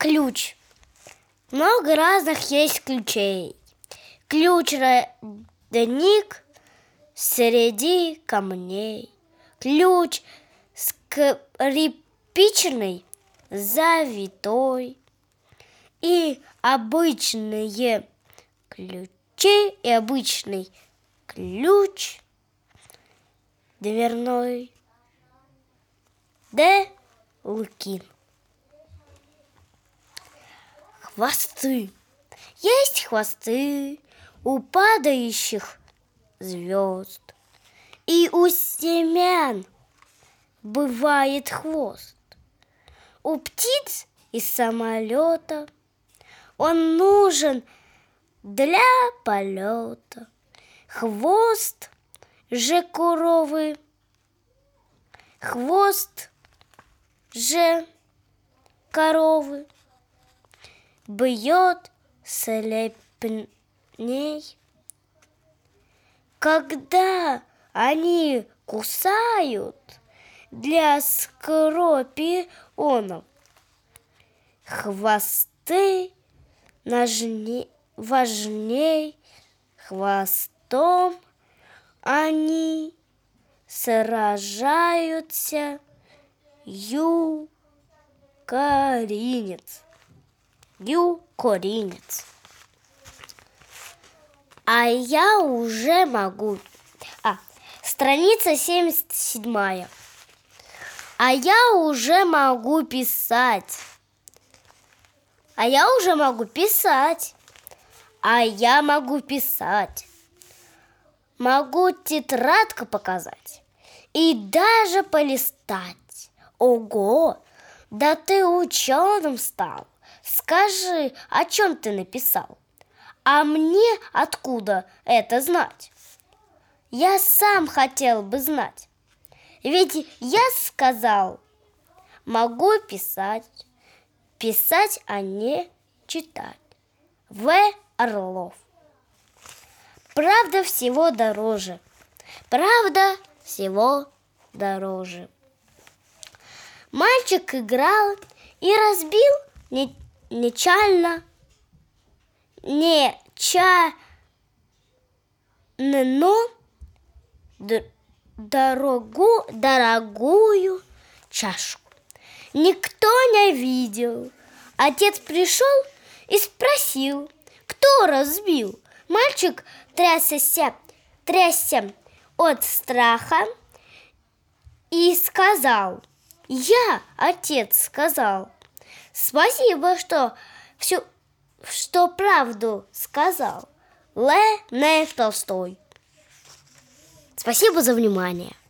Ключ. Много разных есть ключей. Ключ-родник среди камней. Ключ скрипичный, завитой. И обычные ключи, и обычный ключ дверной. Д. Лукин. Хвосты. Есть хвосты у падающих звезд, и у семян бывает хвост. У птиц из самолета он нужен для полета. Хвост же коровы, хвост же коровы бьет слепней, когда они кусают для скорпионов. Хвосты важней, хвостом они сражаются. Юкоринец. А я уже могу. Страница 77. А я уже могу писать. А я уже могу писать. А я могу писать. Могу тетрадку показать и даже полистать. Ого, да ты ученым стал. Скажи, о чем ты написал? А мне откуда это знать? Я сам хотел бы знать. Ведь я сказал, могу писать. Писать, а не читать. В. Орлов. Правда всего дороже. Правда всего дороже. Мальчик играл и разбил нечаянно дорогую чашку. Никто не видел. Отец пришел и спросил, кто разбил. Мальчик трясся от страха и сказал: я, отец сказал. Спасибо, что правду сказал. Лев Толстой. Спасибо за внимание.